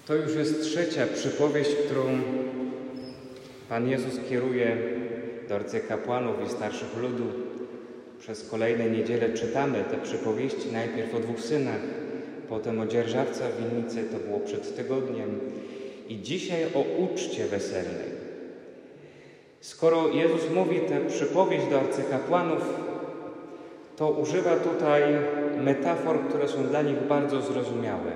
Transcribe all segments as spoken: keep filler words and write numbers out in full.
To już jest trzecia przypowieść, którą Pan Jezus kieruje do arcykapłanów i starszych ludu. Przez kolejne niedziele czytamy te przypowieści, najpierw o dwóch synach, potem o dzierżawca winnicy, to było przed tygodniem, i dzisiaj o uczcie weselnej. Skoro Jezus mówi tę przypowieść do arcykapłanów, to używa tutaj metafor, które są dla nich bardzo zrozumiałe.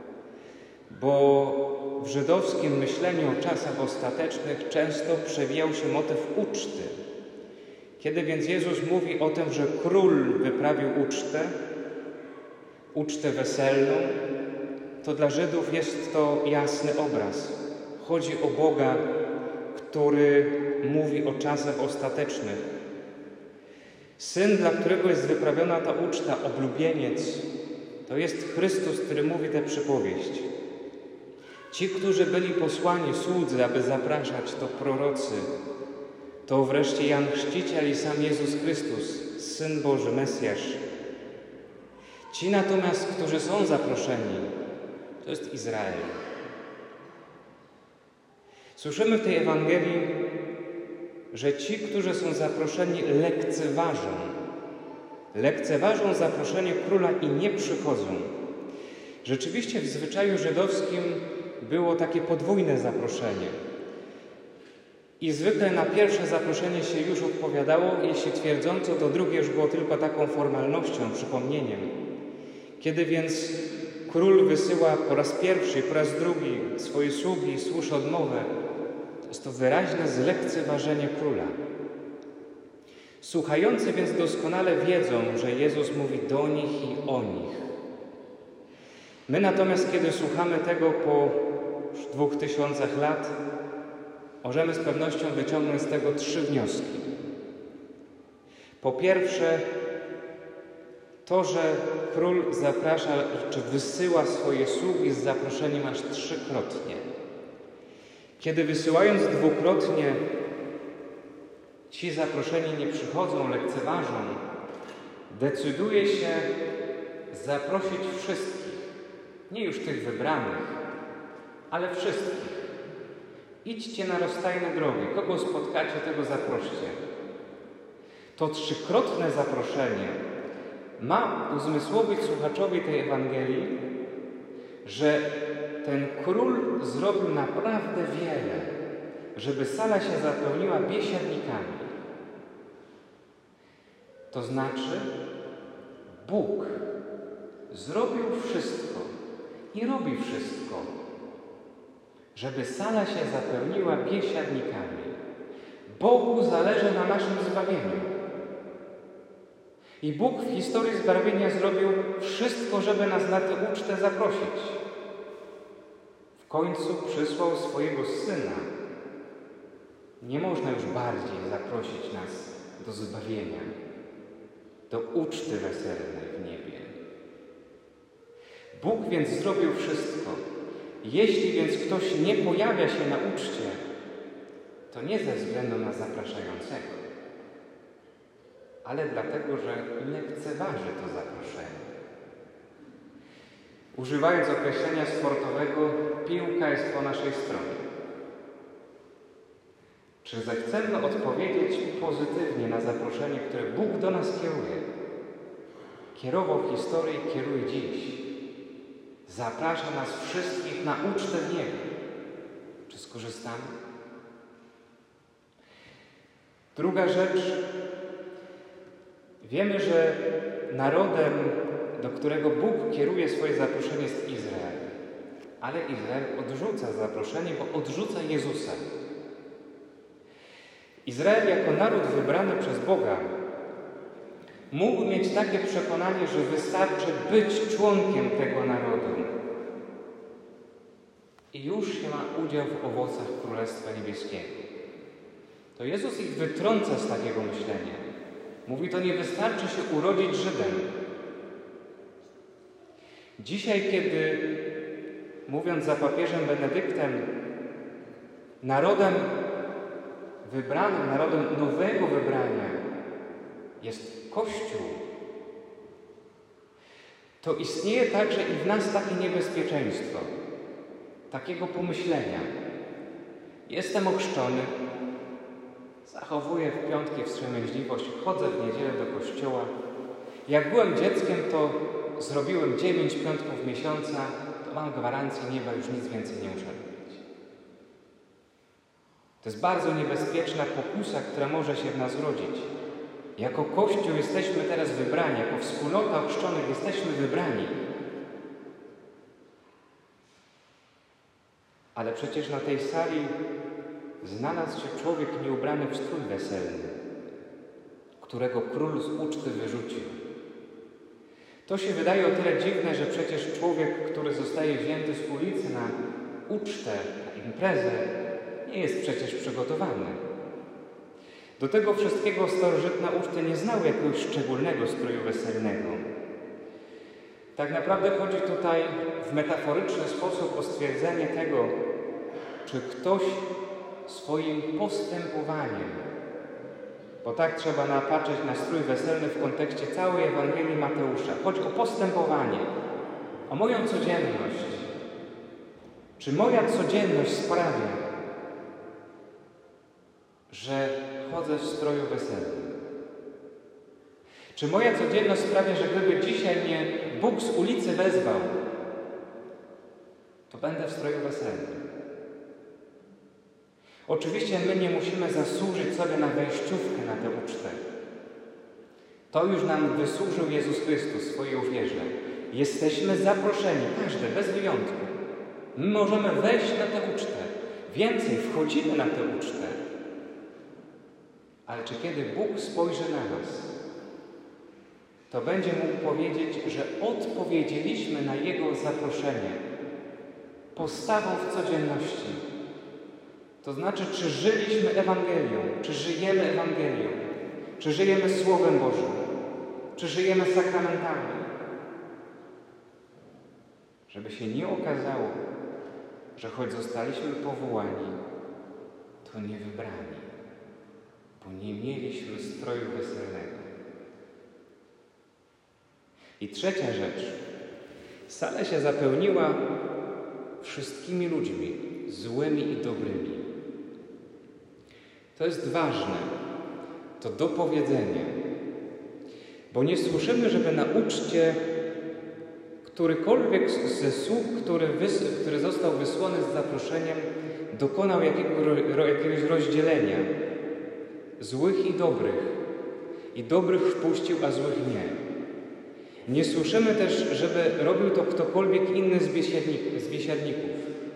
Bo w żydowskim myśleniu o czasach ostatecznych często przewijał się motyw uczty. Kiedy więc Jezus mówi o tym, że król wyprawił ucztę, ucztę weselną, to dla Żydów jest to jasny obraz. Chodzi o Boga, który mówi o czasach ostatecznych. Syn, dla którego jest wyprawiona ta uczta, oblubieniec, to jest Chrystus, który mówi tę przypowieść. Ci, którzy byli posłani słudzy, aby zapraszać, to prorocy, to wreszcie Jan Chrzciciel i sam Jezus Chrystus, Syn Boży, Mesjasz. Ci natomiast, którzy są zaproszeni, to jest Izrael. Słyszymy w tej Ewangelii, że ci, którzy są zaproszeni, lekceważą. Lekceważą zaproszenie króla i nie przychodzą. Rzeczywiście w zwyczaju żydowskim było takie podwójne zaproszenie. I zwykle na pierwsze zaproszenie się już odpowiadało, jeśli twierdząco, to drugie już było tylko taką formalnością, przypomnieniem. Kiedy więc król wysyła po raz pierwszy i po raz drugi swoje sługi i słyszy odmowę, to jest to wyraźne zlekceważenie króla. Słuchający więc doskonale wiedzą, że Jezus mówi do nich i o nich. My natomiast, kiedy słuchamy tego po już dwóch tysiącach lat, możemy z pewnością wyciągnąć z tego trzy wnioski. Po pierwsze, to, że król zaprasza, czy wysyła swoje sługi z zaproszeniem aż trzykrotnie. Kiedy wysyłając dwukrotnie ci zaproszeni nie przychodzą, lekceważą, decyduje się zaprosić wszystkich. Nie już tych wybranych, ale wszystkich. Idźcie na rozstajne drogi. Kogo spotkacie, tego zaproście. To trzykrotne zaproszenie ma uzmysłowić słuchaczowi tej Ewangelii, że ten król zrobił naprawdę wiele, żeby sala się zapełniła biesiadnikami. To znaczy, Bóg zrobił wszystko i robi wszystko, żeby sala się zapełniła biesiadnikami. Bogu zależy na naszym zbawieniu. I Bóg w historii zbawienia zrobił wszystko, żeby nas na tę ucztę zaprosić. W końcu przysłał swojego Syna. Nie można już bardziej zaprosić nas do zbawienia, do uczty weselnej w niebie. Bóg więc zrobił wszystko. Jeśli więc ktoś nie pojawia się na uczcie, to nie ze względu na zapraszającego, ale dlatego, że lekceważy to zaproszenie. Używając określenia sportowego, piłka jest po naszej stronie. Czy zechcemy odpowiedzieć pozytywnie na zaproszenie, które Bóg do nas kieruje? Kierował w historii, kieruje dziś. Zaprasza nas wszystkich na ucztę w niebie. Czy skorzystamy? Druga rzecz. Wiemy, że narodem, do którego Bóg kieruje swoje zaproszenie, jest Izrael. Ale Izrael odrzuca zaproszenie, bo odrzuca Jezusa. Izrael jako naród wybrany przez Boga mógł mieć takie przekonanie, że wystarczy być członkiem tego narodu i już się ma udział w owocach Królestwa Niebieskiego. To Jezus ich wytrąca z takiego myślenia. Mówi, to nie wystarczy się urodzić Żydem. Dzisiaj, kiedy, mówiąc za papieżem Benedyktem, narodem wybranym, narodem nowego wybrania jest Kościół, to istnieje także i w nas takie niebezpieczeństwo, takiego pomyślenia. Jestem ochrzczony, zachowuję w piątki wstrzemięźliwość, chodzę w niedzielę do kościoła. Jak byłem dzieckiem, to zrobiłem dziewięć piątków miesiąca, to mam gwarancję nieba, już nic więcej nie muszę robić. To jest bardzo niebezpieczna pokusa, która może się w nas rodzić. Jako Kościół jesteśmy teraz wybrani, jako wspólnota ochrzczonych jesteśmy wybrani. Ale przecież na tej sali znalazł się człowiek nieubrany w strój weselny, którego król z uczty wyrzucił. To się wydaje o tyle dziwne, że przecież człowiek, który zostaje wzięty z ulicy na ucztę, na imprezę, nie jest przecież przygotowany. Do tego wszystkiego starożytna uczty nie znały jakiegoś szczególnego stroju weselnego. Tak naprawdę chodzi tutaj w metaforyczny sposób o stwierdzenie tego, czy ktoś swoim postępowaniem, bo tak trzeba napatrzeć na strój weselny w kontekście całej Ewangelii Mateusza. Chodzi o postępowanie, o moją codzienność. Czy moja codzienność sprawia, że chodzę w stroju weselnym? Czy moja codzienność sprawia, że gdyby dzisiaj mnie Bóg z ulicy wezwał, to będę w stroju weselnym? Oczywiście my nie musimy zasłużyć sobie na wejściówkę na tę ucztę. To już nam wysłużył Jezus Chrystus w swojej ofierze. Jesteśmy zaproszeni, każdy, bez wyjątku. My możemy wejść na tę ucztę. Więcej, wchodzimy na tę ucztę. Ale czy kiedy Bóg spojrzy na nas, to będzie mógł powiedzieć, że odpowiedzieliśmy na Jego zaproszenie postawą w codzienności. To znaczy, czy żyliśmy Ewangelią, czy żyjemy Ewangelią, czy żyjemy Słowem Bożym, czy żyjemy sakramentami. Żeby się nie okazało, że choć zostaliśmy powołani, to nie wybrani, bo nie mieliśmy stroju weselnego. I trzecia rzecz. Sala się zapełniła wszystkimi ludźmi, złymi i dobrymi. To jest ważne, to dopowiedzenie, bo nie słyszymy, żeby na uczcie którykolwiek ze sług, który, wys który został wysłany z zaproszeniem, dokonał jakiego, jakiegoś rozdzielenia złych i dobrych, i dobrych wpuścił, a złych nie. Nie słyszymy też, żeby robił to ktokolwiek inny z, biesiadnik z biesiadników.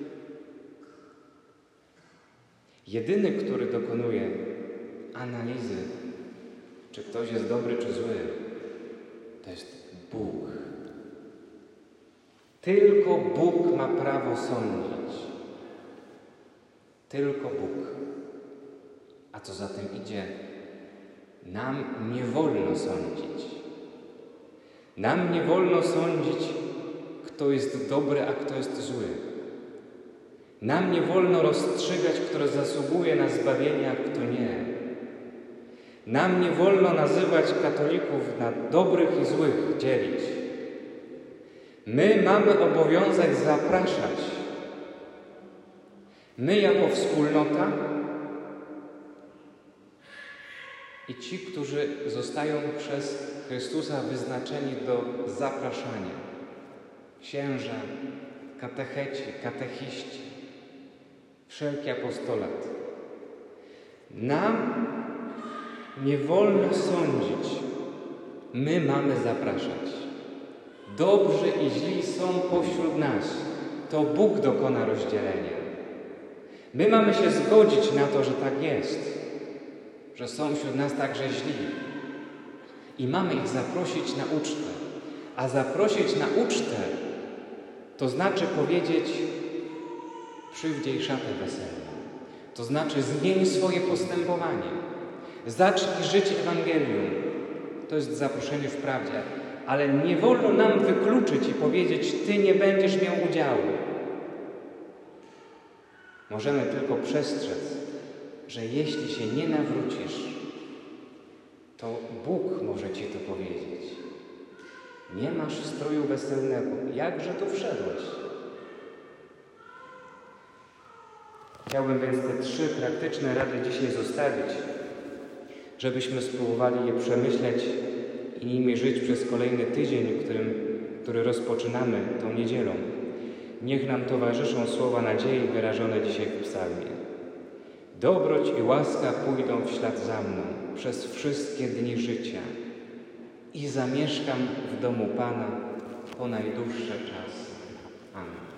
Jedyny, który dokonuje analizy, czy ktoś jest dobry, czy zły, to jest Bóg. Tylko Bóg ma prawo sądzić. Tylko Bóg. A co za tym idzie? Nam nie wolno sądzić. Nam nie wolno sądzić, kto jest dobry, a kto jest zły. Nam nie wolno rozstrzygać, kto zasługuje na zbawienie, a kto nie. Nam nie wolno nazywać katolików na dobrych i złych, dzielić. My mamy obowiązek zapraszać. My jako wspólnota i ci, którzy zostają przez Chrystusa wyznaczeni do zapraszania. Księża, katecheci, katechiści, wszelki apostolat. Nam nie wolno sądzić. My mamy zapraszać. Dobrzy i źli są pośród nas. To Bóg dokona rozdzielenia. My mamy się zgodzić na to, że tak jest. Że są wśród nas także źli. I mamy ich zaprosić na ucztę. A zaprosić na ucztę to znaczy powiedzieć: przywdziej szatę weselną. To znaczy zmień swoje postępowanie. Zacznij żyć Ewangelią. To jest zaproszenie w prawdzie. Ale nie wolno nam wykluczyć i powiedzieć: ty nie będziesz miał udziału. Możemy tylko przestrzec, że jeśli się nie nawrócisz, to Bóg może ci to powiedzieć. Nie masz stroju weselnego. Jakże tu wszedłeś? Chciałbym więc te trzy praktyczne rady dzisiaj zostawić, żebyśmy spróbowali je przemyśleć i nimi żyć przez kolejny tydzień, którym, który rozpoczynamy tą niedzielą. Niech nam towarzyszą słowa nadziei wyrażone dzisiaj w psalmie. Dobroć i łaska pójdą w ślad za mną przez wszystkie dni życia i zamieszkam w domu Pana po najdłuższe czasy. Amen.